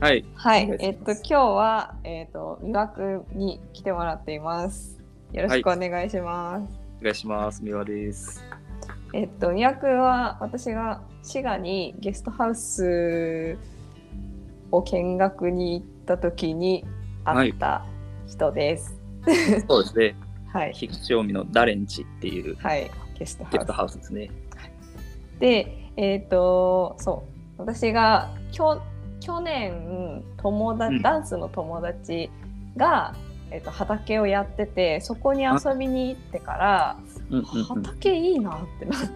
はい。 はい、 お願いします。 今日は、三輪くんに来てもらっています。よろしくお願いします。 お願いします。三輪です。 三輪くんは私が滋賀にゲストハウスを見学に行った時に会った人です。 そうですね。 はい。 菊池近江のダレンチっていう、 はい、ゲストハウスですね。 で、そう私が去年ダンスの友達が、畑をやってて、そこに遊びに行ってから、畑いいなってなって、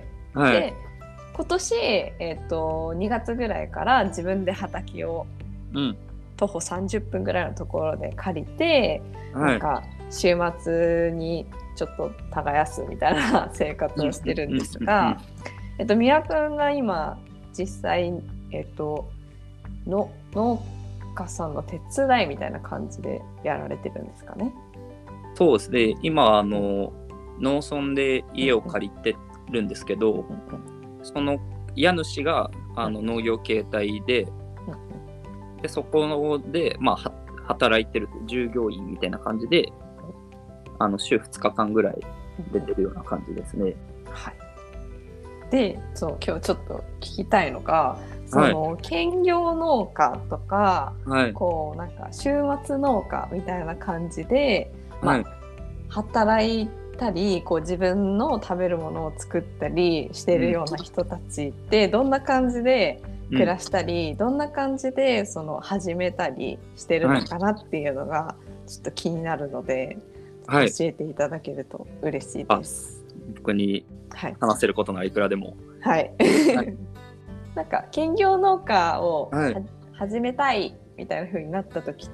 で今年、2月ぐらいから自分で畑を、徒歩30分ぐらいのところで借りて、なんか週末にちょっと耕すみたいな生活をしてるんですが、三輪くんが今実際、農家さんの手伝いみたいな感じでやられてるんですかね。 そうですね。今農村で家を借りてるんですけど、その家主が農業形態で、でそこで、働いてる従業員みたいな感じで、週2日間ぐらい出てるような感じですね。 はい。で、今日ちょっと聞きたいのが、兼業農家とか、こうなんか週末農家みたいな感じで、働いたり、こう自分の食べるものを作ったりしてるような人たちってどんな感じで暮らしたり、どんな感じで始めたりしてるのかなっていうのがちょっと気になるので、教えていただけると嬉しいです。 僕に話せることならいくらでも。 はい。なんか兼業農家を始めたいみたいな風になった時って、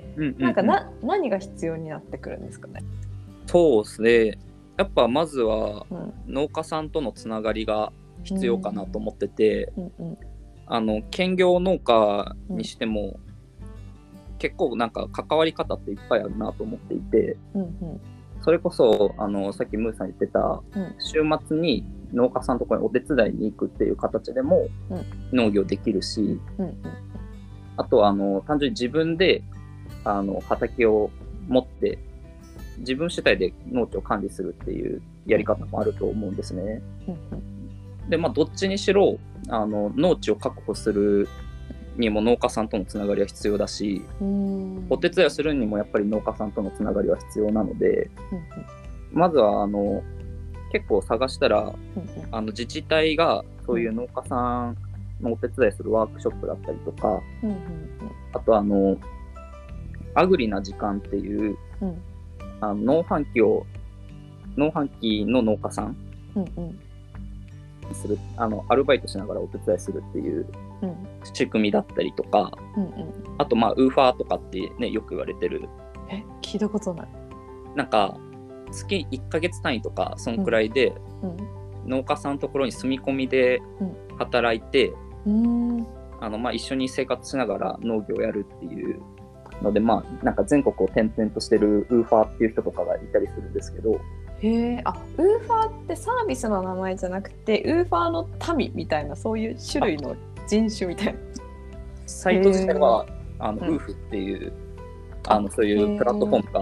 何が必要になってくるんですかね。 そうですね。やっぱまずは農家さんとのつながりが必要かなと思ってて、兼業農家にしても、結構なんか関わり方っていっぱいあるなと思っていて、それこそさっきムーさん言ってた、週末に農家さんのところにお手伝いに行くっていう形でも農業できるし、あとは単純に自分で畑を持って自分主体で農地を管理するっていうやり方もあると思うんですね。で、どっちにしろ農地を確保するにも農家さんとのつながりは必要だし、お手伝いをするにもやっぱり農家さんとのつながりは必要なので、まずは結構探したら、自治体がそういう農家さんのお手伝いするワークショップだったりとか、あとアグリな時間っていう、農飯期の農家さんするアルバイトしながらお手伝いするっていう仕組みだったりとか、あとウーファーとかってね、よく言われてる。 聞いたことない。 なんか月1ヶ月単位とかそんくらいで、農家さんのところに住み込みで働いて、一緒に生活しながら農業をやるっていうので、なんか全国を転々としてるウーファーっていう人とかがいたりするんですけど。 ウーファーってサービスの名前じゃなくて、ウーファーの民みたいな、そういう種類の人種みたいな。 サイト自体はウーフっていう、そういうプラットフォームがあって、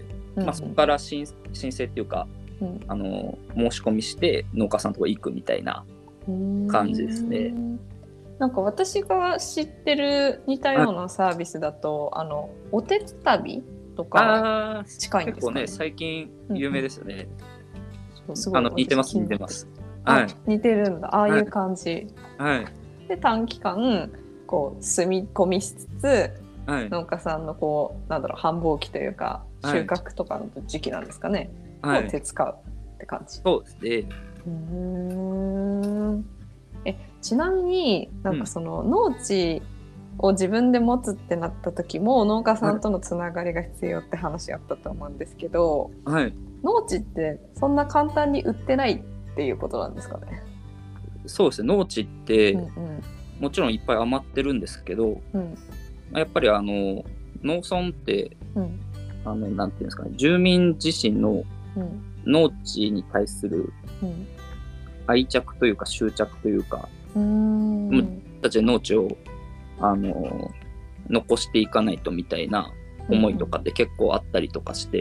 そこから申請っていうか、申し込みして農家さんのとこ行くみたいな感じですね。 なんか私が知ってる似たようなサービスだと、おてつたびとか近いんですかね。 結構ね、最近有名ですよね。 すごい似てます。 似てるんだ。ああいう感じ。で、短期間こう住み込みしつつ、農家さんの繁忙期というか収穫とかの時期なんですかね、を手伝うって感じ。 そうですね。ちなみになんか農地を自分で持つってなった時も農家さんとのつながりが必要って話あったと思うんですけど、農地ってそんな簡単に売ってないっていうことなんですかね。 そうですね。農地って、もちろんいっぱい余ってるんですけど、やっぱり農村って、なんていうんですかね、住民自身の農地に対する愛着というか執着というか、たちで農地を残していかないとみたいな思いとかって結構あったりとかして、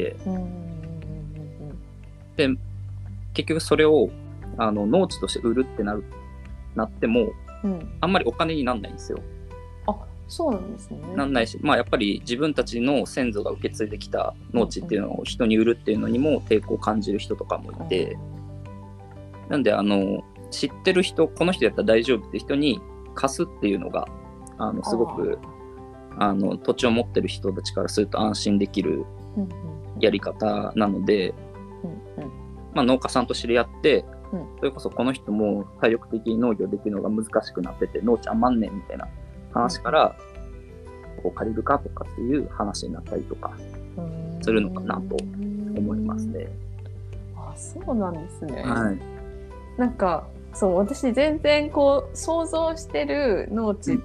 で結局それを農地として売るってなっても、あんまりお金になんないんですよ。 あ、そうなんですね。 なんないし、やっぱり自分たちの先祖が受け継いできた農地っていうのを人に売るっていうのにも抵抗を感じる人とかもいて、なんで知ってる人、この人やったら大丈夫って人に貸すっていうのがすごく土地を持ってる人たちからすると安心できるやり方なので、農家さんと知り合って、それこそこの人も体力的に農業できるのが難しくなってて農地余んねんみたいな話から、ここ借りるかとかっていう話になったりとかするのかなと思いますね。 あ、そうなんですね。 はい、 なんかそう私全然こう想像してる農地って、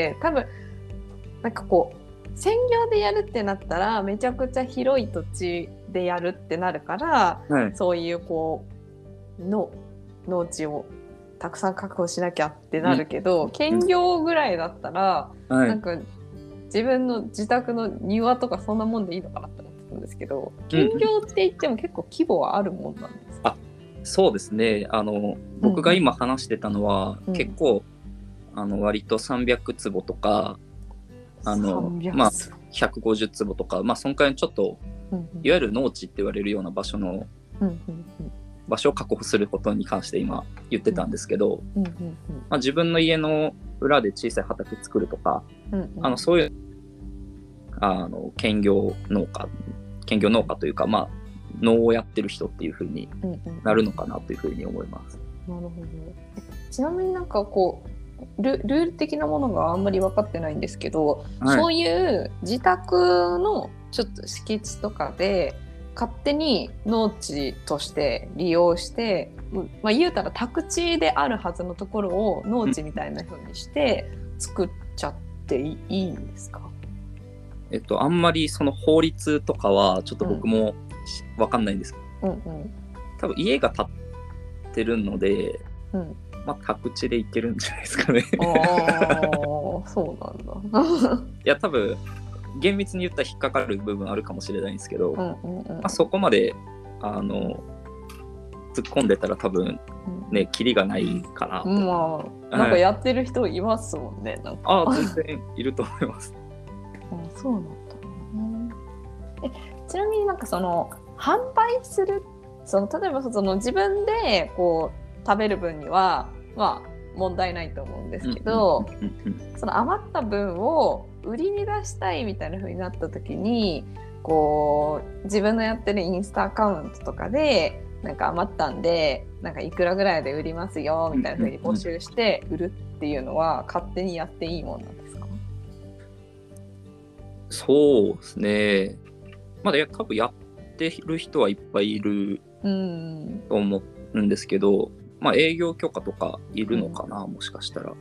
多分なんかこう専業でやるってなったらめちゃくちゃ広い土地でやるってなるから、そういうこう農地をたくさん確保しなきゃってなるけど、兼業ぐらいだったら、なんか自分の自宅の庭とかそんなもんでいいのかなって思ってたんですけど、兼業って言っても結構規模はあるもんなんですか？ そうですね。僕が今話してたのは、結構割と300坪とか150坪とか、そのくらいのちょっと、いわゆる農地って言われるような場所の、場所を確保することに関して今言ってたんですけど、自分の家の裏で小さい畑作るとか、そういう兼業農家というか、農をやってる人っていう風になるのかなという風に思います。 なるほど。ちなみになんかこうルール的なものがあんまり分かってないんですけど、そういう自宅のちょっと敷地とかで勝手に農地として利用して、言うたら宅地であるはずのところを農地みたいな風にして作っちゃっていいんですか？ あんまりその法律とかはちょっと僕も分かんないんですけど、多分家が建ってるので、宅地でいけるんじゃないですかね。 そうなんだ。 いや多分厳密に言ったら引っかかる部分あるかもしれないんですけど、そこまで突っ込んでたら多分ね、キリがないかなと。 なんかやってる人いますもんね。なんか全然いると思います。 そうなんだね。ちなみになんかその販売する、例えばその自分でこう食べる分には問題ないと思うんですけど、その余った分を売りに出したいみたいな風になった時に、こう自分のやってるインスタアカウントとかでなんか余ったんでなんかいくらぐらいで売りますよみたいな風に募集して売るっていうのは勝手にやっていいもんなんですか？ そうですね。多分やってる人はいっぱいいると思うんですけど、営業許可とかいるのかな、もしかしたら。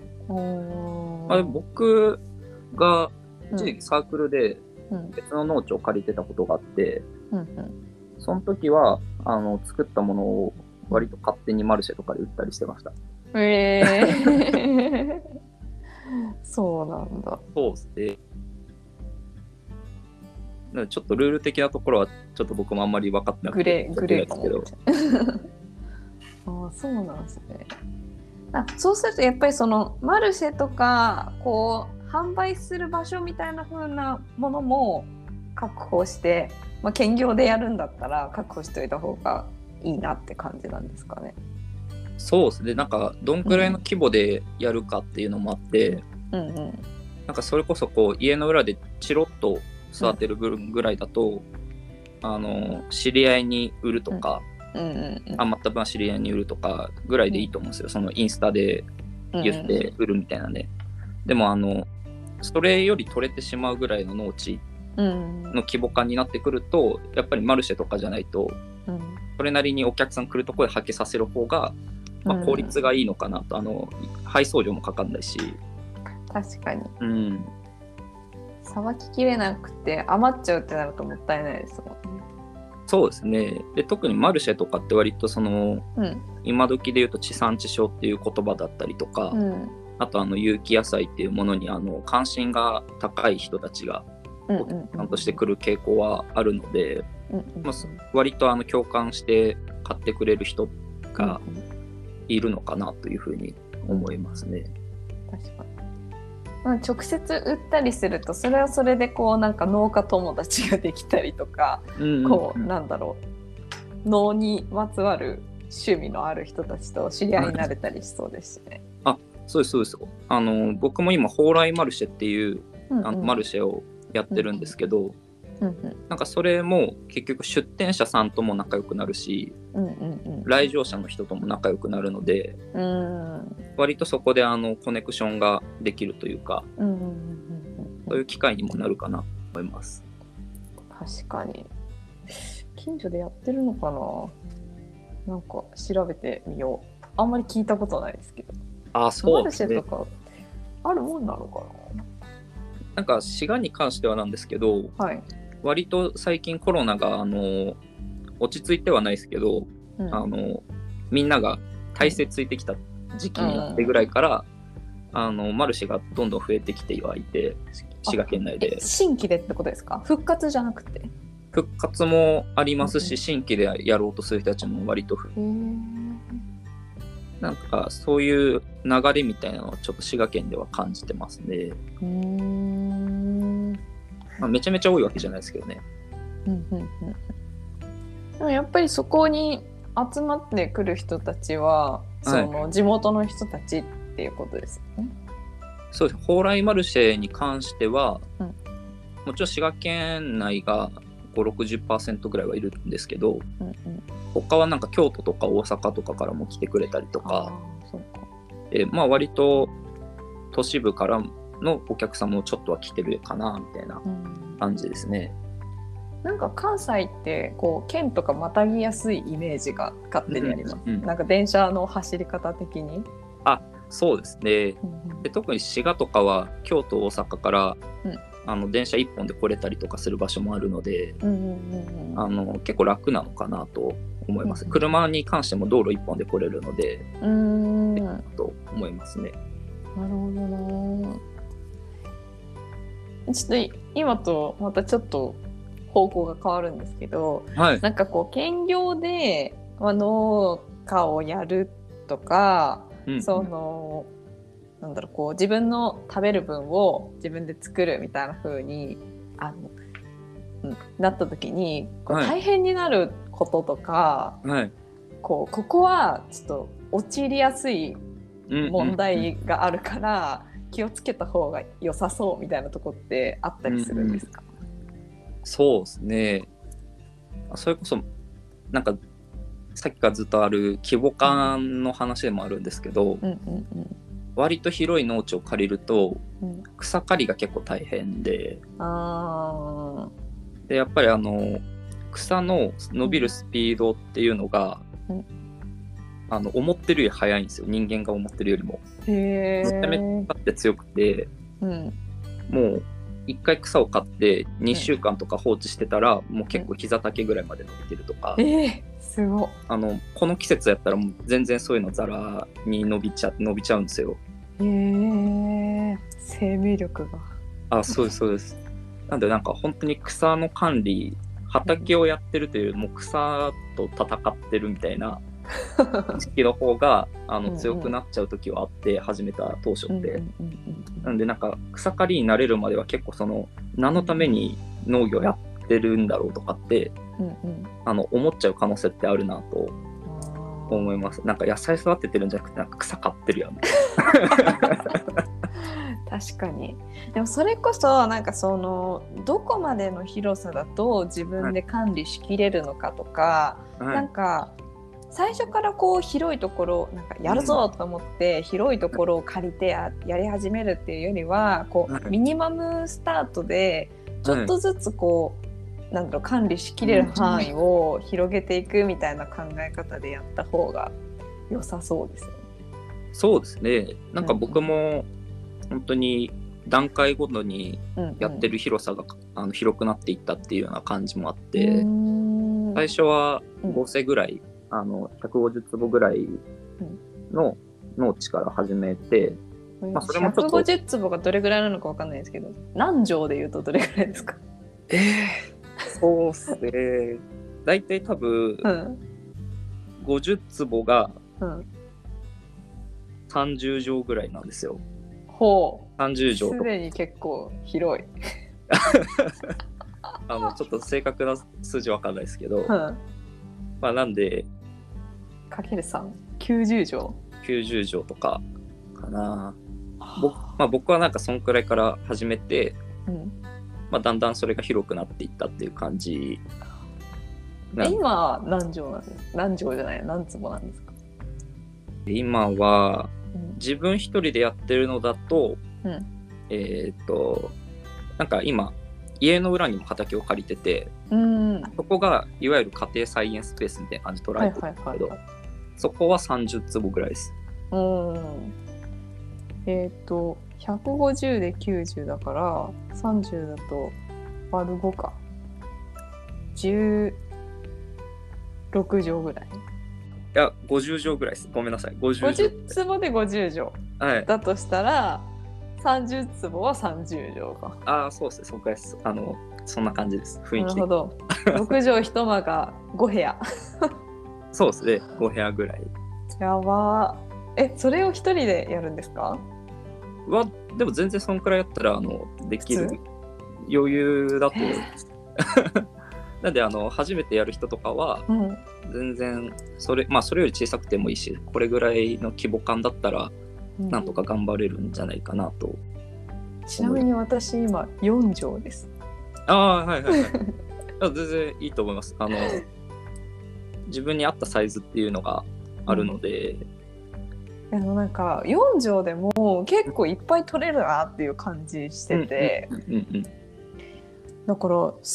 僕が一時期サークルで別の農地を借りてたことがあって、その時は作ったものを割と勝手にマルシェとかで売ったりしてました。 そうなんだ。 そうですね。ちょっとルール的なところはちょっと僕もあんまり分かってなくてグレーかもそうなんですね。そうするとやっぱりそのマルシェとかこう販売する場所みたいな風なものも確保して、兼業でやるんだったら確保しておいた方がいいなって感じなんですかね。 そうですね。なんかどんくらいの規模でやるかっていうのもあって、なんかそれこそこう家の裏でチロッと育てる分ぐらいだと、知り合いに売るとか、余った分は知り合いに売るとかぐらいでいいと思うんですよ。そのインスタで言って売るみたいなんで。でもそれより取れてしまうぐらいの農地の規模感になってくると、やっぱりマルシェとかじゃないと、それなりにお客さん来るところではけさせる方が、効率がいいのかなと。配送料もかかんないし。 確かに。さばききれなくて余っちゃうってなるともったいないですもんね。 そうですね。で特にマルシェとかって割とその、今時で言うと地産地消っていう言葉だったりとか、 あと有機野菜っていうものに関心が高い人たちがちゃんとしてくる傾向はあるので、まあ、割と共感して買ってくれる人がいるのかなというふうに思いますね。 確かに。まあ、直接売ったりするとそれはそれでこうなんか農家友達ができたりとか、こうなんだろう、農にまつわる趣味のある人たちと知り合いになれたりしそうですね。 あ、そうですそうです。僕も今蓬莱マルシェっていうマルシェをやってるんですけど、なんかそれも結局出店者さんとも仲良くなるし、来場者の人とも仲良くなるので、割とそこでコネクションができるというか、そういう機会にもなるかなと思います。 確かに。近所でやってるのかな。なんか調べてみよう。あんまり聞いたことないですけど。 そうですね。 マルシェとかあるもんなのかな。 なんか滋賀に関してはなんですけど、割と最近コロナが落ち着いてはないですけど、みんなが体制ついてきた時期になってぐらいから、マルシェがどんどん増えてきてはいて、滋賀県内で。 新規でってことですか？復活じゃなくて？ 復活もありますし、新規でやろうとする人たちも割となんかそういう流れみたいなのはちょっと滋賀県では感じてますね。まあ、めちゃめちゃ多いわけじゃないですけどね。 でもやっぱりそこに集まってくる人たちは、その地元の人たちっていうことですよね。 そうです。蓬莱マルシェに関しては、もちろん滋賀県内が50-60% ぐらいはいるんですけど、他はなんか京都とか大阪とかからも来てくれたりとか、まあ割と都市部からのお客さんもちょっとは来てるかなみたいな感じですね。 なんか関西ってこう県とかまたぎやすいイメージが勝手にあります。なんか電車の走り方的に。 そうですね。で特に滋賀とかは京都大阪から、電車1本で来れたりとかする場所もあるので、結構楽なのかなと思います。車に関しても道路1本で来れるので、と思いますね。 なるほどな。ちょっと今とまたちょっと方向が変わるんですけど、なんかこう兼業で農家をやるとか、そのなんだろう、こう自分の食べる分を自分で作るみたいな風になった時にこう大変になることとか、ここはちょっと陥りやすい問題があるから気をつけた方が良さそうみたいなとこってあったりするんですか？ そうですね。それこそなんかさっきからずっとある規模感の話でもあるんですけど、割と広い農地を借りると草刈りが結構大変で、やっぱり草の伸びるスピードっていうのが、思ってるより速いんですよ。人間が思ってるよりも。めちゃめちゃって強くて、もう1回草を刈って2週間とか放置してたら、もう結構膝丈ぐらいまで伸びてるとか、 すごい。 この季節やったらもう全然そういうのザラに伸びちゃうんですよ。 生命力が。 そうですそうです。なんでなんか本当に草の管理、畑をやってるというよりも草と戦ってるみたいな意識の方が強くなっちゃう時はあって、始めた当初って。なんでなんか草刈りになれるまでは結構その何のために農業やってるんだろうとかって、思っちゃう可能性ってあるなと思います。なんか野菜育ててるんじゃなくてなんか草刈ってるやん確かに。でもそれこそなんかそのどこまでの広さだと自分で管理しきれるのかとか、なんか最初からこう広いところなんかやるぞと思って広いところを借りてやり始めるっていうよりはこうミニマムスタートでちょっとずつこうなんだろう管理しきれる範囲を広げていくみたいな考え方でやった方が良さそうですよね。 そうですね。なんか僕も本当に段階ごとにやってる広さが広くなっていったっていうような感じもあって、最初は5世ぐらい150坪ぐらいの農地から始めて、 まあ、それもちょっと 150坪がどれぐらいなのかわかんないですけど、何畳でいうとどれぐらいですか？ そうっすね。大体多分、50坪が30畳ぐらいなんですよ。 ほう。 30畳と。 すでに結構広い。 ちょっと正確な数字わかんないですけど、まあなんで、 かける3、90 畳 ?90 畳とかかな。僕はなんかそんくらいから始めて、まあ、だんだんそれが広くなっていったっていう感じ。 今何畳なんですか？何畳じゃない、何坪なんですか？ 今は、自分一人でやってるのだと、なんか今家の裏にも畑を借りてて、そこがいわゆる家庭菜園スペースみたいな感じで捉えてるんですけど、そこは30坪ぐらいです。 150で90だから30だと割る5か。16畳ぐらい。 いや、50畳ぐらいです。ごめんなさい。 50坪で50畳、 はい、 だとしたら30坪は30畳か。 ああ、そうですね。そこです。そんな感じです。雰囲気。 なるほど。6畳一間が5部屋。 そうですね。5部屋ぐらい。 やばー。それを一人でやるんですか？ でも全然そんくらいやったらできる余裕だと思います。なんで初めてやる人とかは、全然それより小さくてもいいし、これぐらいの規模感だったらなんとか頑張れるんじゃないかなと。 ちなみに私今4畳です。 はい全然いいと思います。自分に合ったサイズっていうのがあるので、 なんか4畳でも結構いっぱい取れるなっていう感じしてて、だから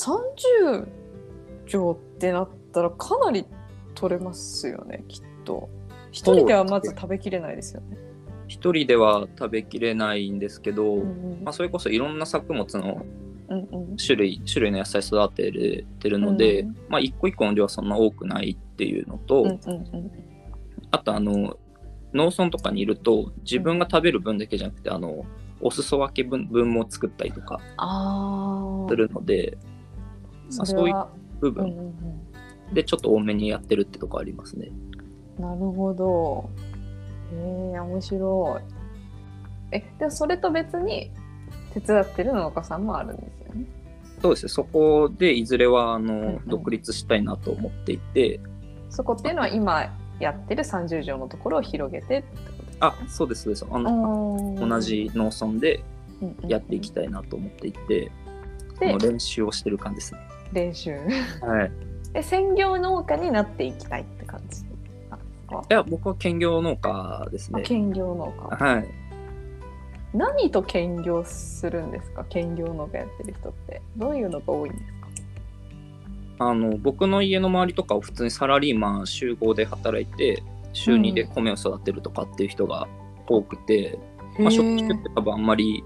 30畳ってなったらかなり取れますよね、きっと。一人ではまず食べきれないですよね。一人では食べきれないんですけど、それこそいろんな作物の種類の野菜育ててるので、一個一個の量はそんな多くないっていうのと、あと農村とかにいると自分が食べる分だけじゃなくてお裾分け分も作ったりとかするので、そういう部分でちょっと多めにやってるってとこありますね。 なるほど。面白い。でもそれと別に手伝ってる農家さんもあるんですよね。 そうですね。そこでいずれは独立したいなと思っていて、 そこっていうのは今やってる30畳のところを広げてってことですか？ そうですそうです。同じ農村でやっていきたいなと思っていて、練習をしてる感じですね。練習。はい。 専業農家になっていきたいって感じなんですか？ いや、僕は兼業農家ですね。 兼業農家。はい。何と兼業するんですか？兼業農家やってる人ってどういうのが多いんですか？ 僕の家の周りとかを普通にサラリーマン集合で働いて週2で米を育てるとかっていう人が多くて、食種って多分あんまり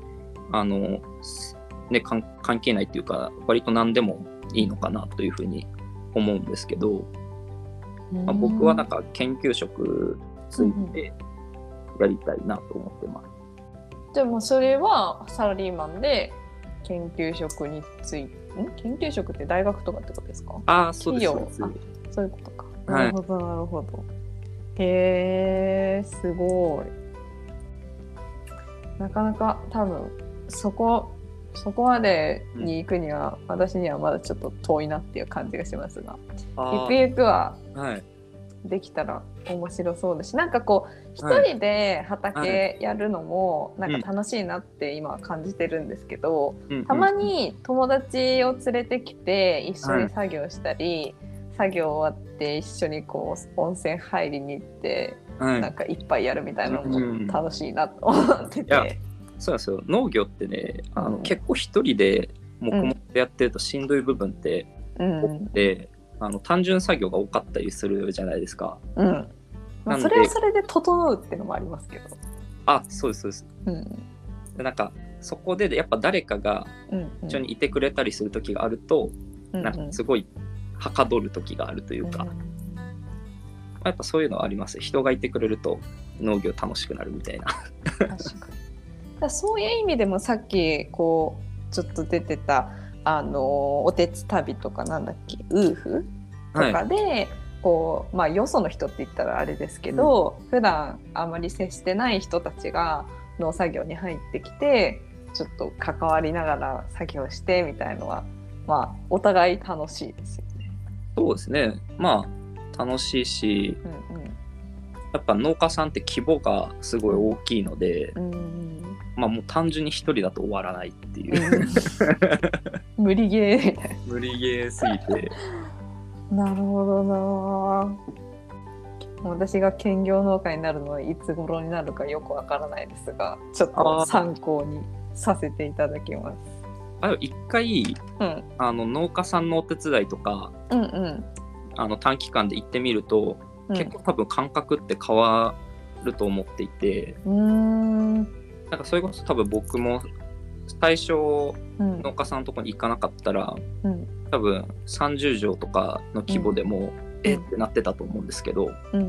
関係ないっていうか、割と何でもいいのかなというふうに思うんですけど、僕はなんか研究職ついてやりたいなと思ってます。 でもそれはサラリーマンで研究職について、研究職って大学とかってことですか？ そうです。 そういうことか。なるほどなるほど。へえ、すごい。なかなか多分そこまでに行くには、私にはまだちょっと遠いなっていう感じがしますが、ゆくゆくはできたら面白そうだし、なんかこう一人で畑やるのもなんか楽しいなって今は感じてるんですけど、たまに友達を連れてきて一緒に作業したり、作業終わって一緒にこう温泉入りに行って、なんか一杯やるみたいなのも楽しいなと思ってて。 そうなんですよ。農業ってね、結構一人で黙々とやってるとしんどい部分って多くて、単純作業が多かったりするじゃないですか。 それはそれで整うっていうのもありますけど。 そうですそうです。でなんかそこでやっぱ誰かが一緒にいてくれたりする時があると、なんかすごいはかどる時があるというか、やっぱそういうのはあります。人がいてくれると農業楽しくなるみたいな。 確かに。 だそういう意味でもさっきこうちょっと出てたおてつたびとかなんだっけウーフとかで、はい、こうよその人って言ったらあれですけど、普段あまり接してない人たちが農作業に入ってきてちょっと関わりながら作業してみたいのはお互い楽しいですよね。 そうですね。楽しいし、やっぱ農家さんって規模がすごい大きいので、もう単純に一人だと終わらないっていう、 無理ゲーみたいな。 無理ゲーすぎてなるほどな。私が兼業農家になるのはいつ頃になるかよくわからないですが、ちょっと参考にさせていただきます。 一回、農家さんのお手伝いとか、短期間で行ってみると、結構多分感覚って変わると思っていて、なんかそれこそ多分僕も最初、農家さんのとこに行かなかったら、多分30畳とかの規模でも、ってなってたと思うんですけど、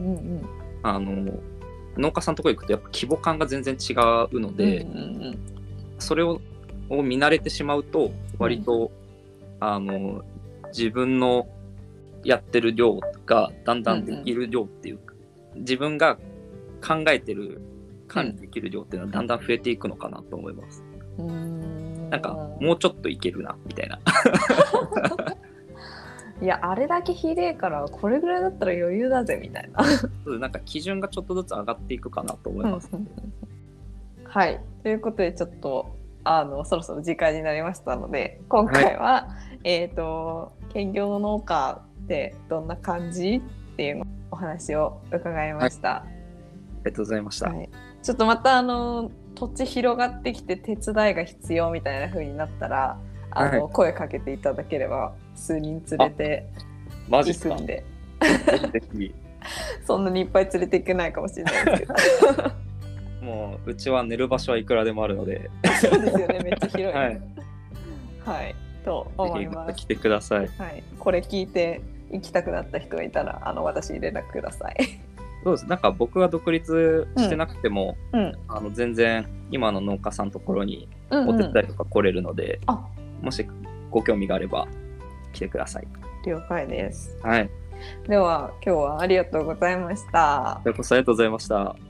農家さんのとこ行くとやっぱ規模感が全然違うので、それを見慣れてしまうと割と、自分のやってる量がだんだんできる量っていうか、自分が考えてる管理できる量っていうのはだんだん増えていくのかなと思います。なんかもうちょっといけるなみたいな。 いやあれだけひでえからこれぐらいだったら余裕だぜみたいな。 なんか基準がちょっとずつ上がっていくかなと思います。 はい、ということでちょっとそろそろ時間になりましたので、今回は、兼業の農家ってどんな感じっていうお話を伺いました。 ありがとうございました。 ちょっとまた土地広がってきて手伝いが必要みたいな風になったら声かけていただければ数人連れて行くんで。そんなにいっぱい連れていけないかもしれないですけど。 もううちは寝る場所はいくらでもあるので。 そうですよね、めっちゃ広い。はい、と思います。 ぜひ来てください。 これ聞いて行きたくなった人がいたら私に連絡ください。 そうです。なんか僕が独立してなくても、全然今の農家さんのところにお手伝いとか来れるので、もしご興味があれば来てください。 了解です。 はい。 では今日はありがとうございました。 こちらこそありがとうございました。